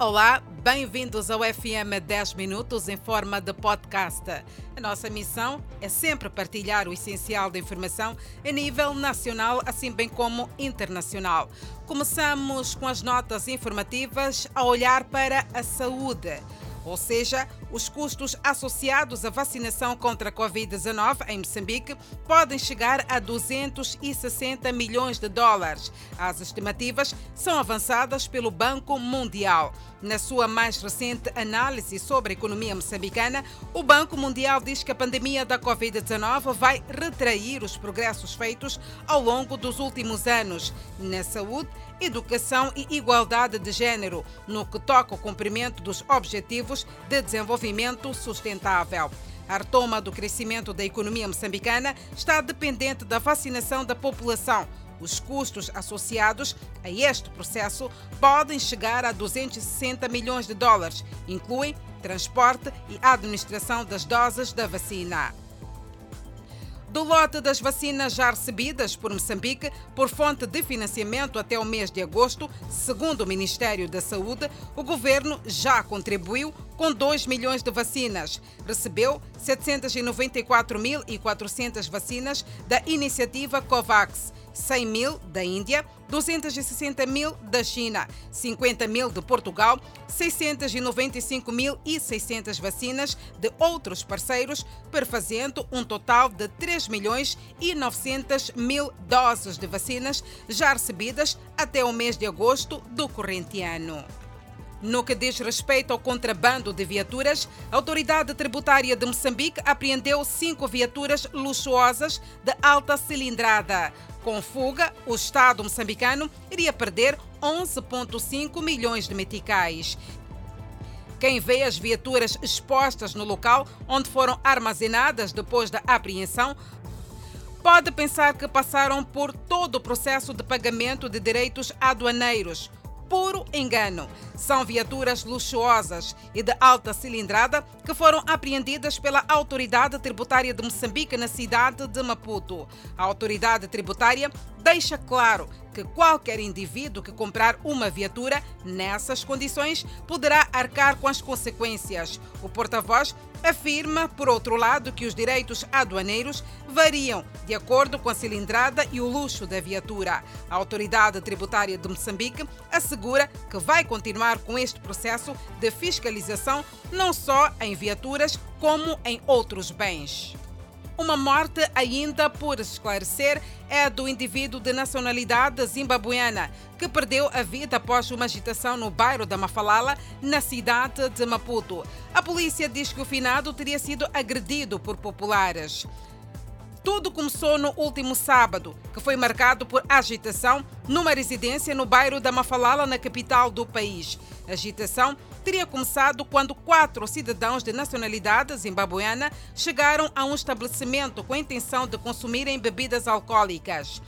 Olá, bem-vindos ao FM 10 Minutos em forma de podcast. A nossa missão é sempre partilhar o essencial da informação a nível nacional, assim bem como internacional. Começamos com as notas informativas a olhar para a saúde. Ou seja, os custos associados à vacinação contra a Covid-19 em Moçambique podem chegar a 260 milhões de dólares. As estimativas são avançadas pelo Banco Mundial. Na sua mais recente análise sobre a economia moçambicana, o Banco Mundial diz que a pandemia da Covid-19 vai retrair os progressos feitos ao longo dos últimos anos na saúde, educação e igualdade de género, no que toca ao cumprimento dos objetivos de desenvolvimento sustentável. A retoma do crescimento da economia moçambicana está dependente da vacinação da população. Os custos associados a este processo podem chegar a 260 milhões de dólares, incluem transporte e administração das doses da vacina. Do lote das vacinas já recebidas por Moçambique por fonte de financiamento até o mês de agosto, segundo o Ministério da Saúde, o governo já contribuiu com 2 milhões de vacinas. Recebeu 794.400 vacinas da iniciativa COVAX, 100 mil da Índia, 260 mil da China, 50 mil de Portugal, 695.600 vacinas de outros parceiros, perfazendo um total de 3.900.000 doses de vacinas já recebidas até o mês de agosto do corrente ano. No que diz respeito ao contrabando de viaturas, a Autoridade Tributária de Moçambique apreendeu 5 viaturas luxuosas de alta cilindrada. Com fuga, o Estado moçambicano iria perder 11,5 milhões de meticais. Quem vê as viaturas expostas no local onde foram armazenadas depois da apreensão pode pensar que passaram por todo o processo de pagamento de direitos aduaneiros. Puro engano. São viaturas luxuosas e de alta cilindrada que foram apreendidas pela Autoridade Tributária de Moçambique na cidade de Maputo. A Autoridade Tributária deixa claro que qualquer indivíduo que comprar uma viatura nessas condições poderá arcar com as consequências. O porta-voz afirma, por outro lado, que os direitos aduaneiros variam de acordo com a cilindrada e o luxo da viatura. A Autoridade Tributária de Moçambique assegura que vai continuar com este processo de fiscalização não só em viaturas como em outros bens. Uma morte ainda por esclarecer é do indivíduo de nacionalidade zimbabuena que perdeu a vida após uma agitação no bairro da Mafalala, na cidade de Maputo. A polícia diz que o finado teria sido agredido por populares. Tudo começou no último sábado, que foi marcado por agitação numa residência no bairro da Mafalala, na capital do país. A agitação teria começado quando 4 cidadãos de nacionalidade zimbabuena chegaram a um estabelecimento com a intenção de consumirem bebidas alcoólicas.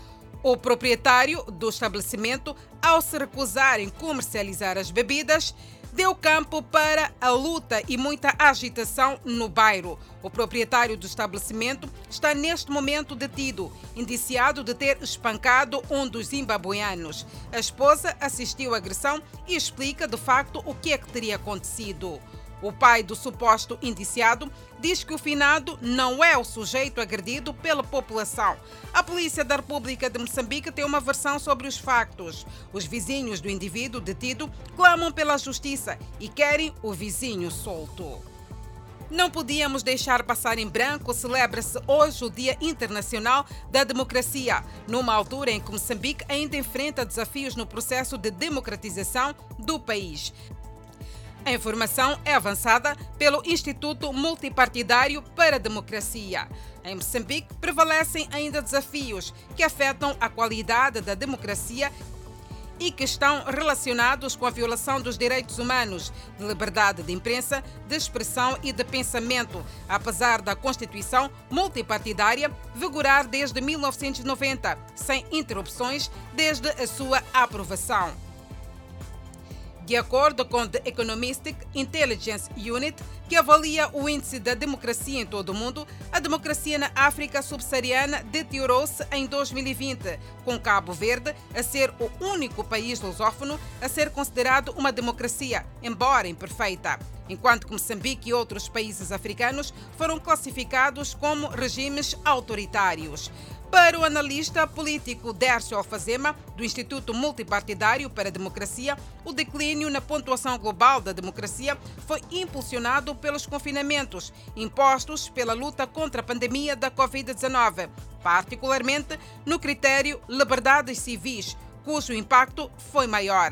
O proprietário do estabelecimento, ao se recusar em comercializar as bebidas, deu campo para a luta e muita agitação no bairro. O proprietário do estabelecimento está neste momento detido, indiciado de ter espancado um dos zimbabueanos. A esposa assistiu à agressão e explica de facto o que é que teria acontecido. O pai do suposto indiciado diz que o finado não é o sujeito agredido pela população. A Polícia da República de Moçambique tem uma versão sobre os factos. Os vizinhos do indivíduo detido clamam pela justiça e querem o vizinho solto. Não podíamos deixar passar em branco, celebra-se hoje o Dia Internacional da Democracia, numa altura em que Moçambique ainda enfrenta desafios no processo de democratização do país. A informação é avançada pelo Instituto Multipartidário para a Democracia. Em Moçambique, prevalecem ainda desafios que afetam a qualidade da democracia e que estão relacionados com a violação dos direitos humanos, de liberdade de imprensa, de expressão e de pensamento, apesar da Constituição multipartidária vigorar desde 1990, sem interrupções desde a sua aprovação. De acordo com The Economistic Intelligence Unit, que avalia o índice da democracia em todo o mundo, a democracia na África subsaariana deteriorou-se em 2020, com Cabo Verde a ser o único país lusófono a ser considerado uma democracia, embora imperfeita, enquanto que Moçambique e outros países africanos foram classificados como regimes autoritários. Para o analista político Dércio Alfazema, do Instituto Multipartidário para a Democracia, o declínio na pontuação global da democracia foi impulsionado pelos confinamentos impostos pela luta contra a pandemia da Covid-19, particularmente no critério liberdades civis, cujo impacto foi maior.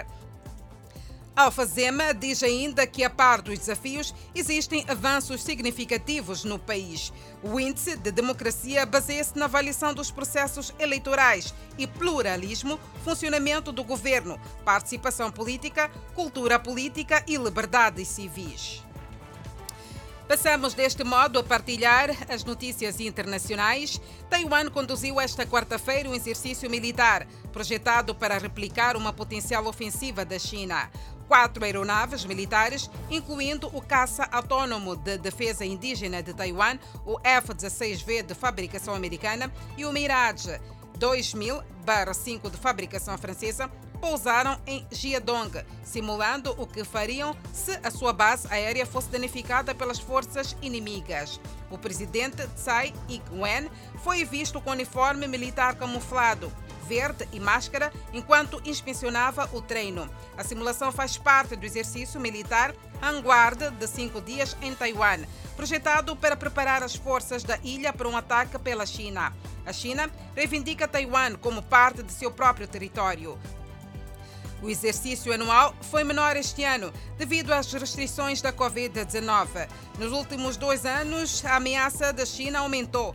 Alfazema diz ainda que, a par dos desafios, existem avanços significativos no país. O índice de democracia baseia-se na avaliação dos processos eleitorais e pluralismo, funcionamento do governo, participação política, cultura política e liberdades civis. Passamos deste modo a partilhar as notícias internacionais. Taiwan conduziu esta quarta-feira um exercício militar projetado para replicar uma potencial ofensiva da China. 4 aeronaves militares, incluindo o caça autônomo de defesa indígena de Taiwan, o F-16V de fabricação americana, e o Mirage 2000-5 de fabricação francesa, pousaram em Jiadong, simulando o que fariam se a sua base aérea fosse danificada pelas forças inimigas. O presidente Tsai Ing-wen foi visto com uniforme militar camuflado, verde e máscara, enquanto inspecionava o treino. A simulação faz parte do exercício militar Vanguard de 5 dias em Taiwan, projetado para preparar as forças da ilha para um ataque pela China. A China reivindica Taiwan como parte de seu próprio território. O exercício anual foi menor este ano, devido às restrições da Covid-19. Nos últimos 2 anos, a ameaça da China aumentou,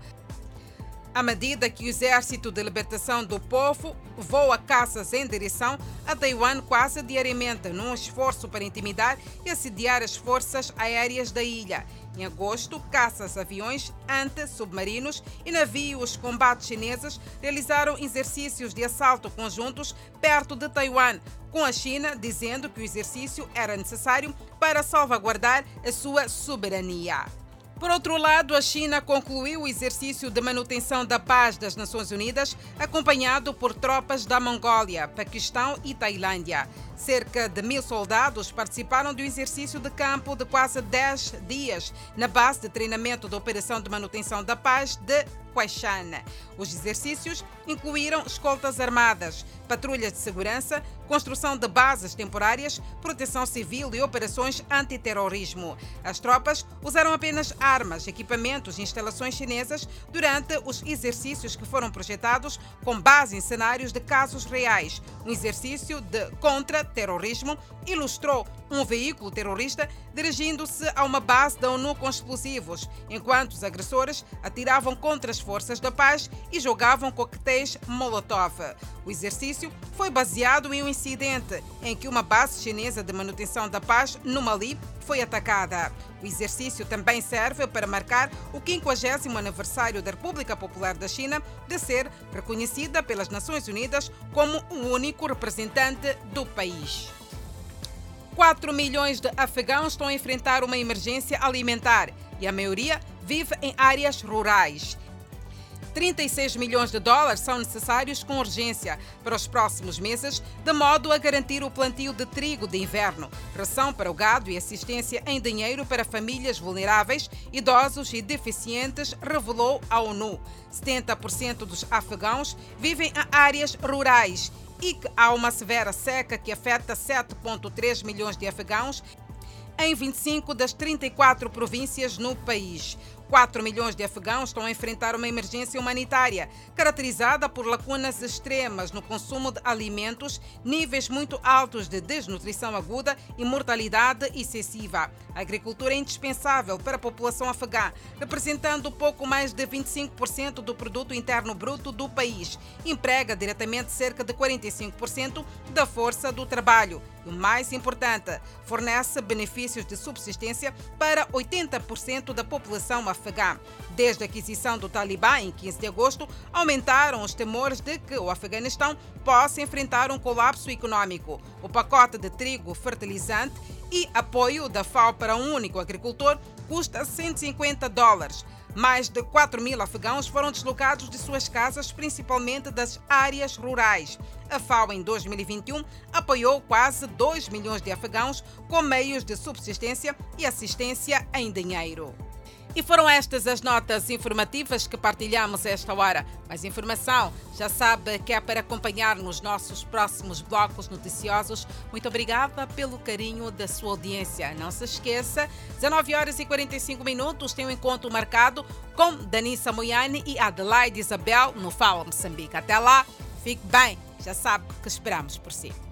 à medida que o Exército de Libertação do Povo voa caças em direção a Taiwan quase diariamente, num esforço para intimidar e assediar as forças aéreas da ilha. Em agosto, caças-aviões anti-submarinos e navios combate chineses realizaram exercícios de assalto conjuntos perto de Taiwan, com a China dizendo que o exercício era necessário para salvaguardar a sua soberania. Por outro lado, a China concluiu o exercício de manutenção da paz das Nações Unidas, acompanhado por tropas da Mongólia, Paquistão e Tailândia. Cerca de 1000 soldados participaram do exercício de campo de quase 10 dias na base de treinamento da Operação de Manutenção da Paz de Quaishan. Os exercícios incluíram escoltas armadas, patrulhas de segurança, construção de bases temporárias, proteção civil e operações antiterrorismo. As tropas usaram apenas armas, equipamentos e instalações chinesas durante os exercícios que foram projetados com base em cenários de casos reais. Um exercício de contra-terrorismo ilustrou um veículo terrorista dirigindo-se a uma base da ONU com explosivos, enquanto os agressores atiravam contra as forças da paz e jogavam coquetéis Molotov. O exercício foi baseado em um incidente em que uma base chinesa de manutenção da paz no Mali foi atacada. O exercício também serve para marcar o 50º aniversário da República Popular da China de ser reconhecida pelas Nações Unidas como o único representante do país. 4 milhões de afegãos estão a enfrentar uma emergência alimentar e a maioria vive em áreas rurais. 36 milhões de dólares são necessários com urgência para os próximos meses, de modo a garantir o plantio de trigo de inverno, ração para o gado e assistência em dinheiro para famílias vulneráveis, idosos e deficientes, revelou a ONU. 70% dos afegãos vivem em áreas rurais e que há uma severa seca que afeta 7,3 milhões de afegãos em 25 das 34 províncias no país. 4 milhões de afegãos estão a enfrentar uma emergência humanitária, caracterizada por lacunas extremas no consumo de alimentos, níveis muito altos de desnutrição aguda e mortalidade excessiva. A agricultura é indispensável para a população afegã, representando pouco mais de 25% do produto interno bruto do país. Emprega diretamente cerca de 45% da força do trabalho. E o mais importante, fornece benefícios de subsistência para 80% da população afegã. Desde a aquisição do Talibã, em 15 de agosto, aumentaram os temores de que o Afeganistão possa enfrentar um colapso econômico. O pacote de trigo fertilizante e apoio da FAO para um único agricultor custa $150. Mais de 4.000 afegãos foram deslocados de suas casas, principalmente das áreas rurais. A FAO, em 2021, apoiou quase 2 milhões de afegãos com meios de subsistência e assistência em dinheiro. E foram estas as notas informativas que partilhamos esta hora. Mais informação, já sabe que é para acompanhar nos nossos próximos blocos noticiosos. Muito obrigada pelo carinho da sua audiência. Não se esqueça, 19h45 tem um encontro marcado com Danissa Moiane e Adelaide Isabel no Fala Moçambique. Até lá, fique bem. Já sabe que esperamos por si.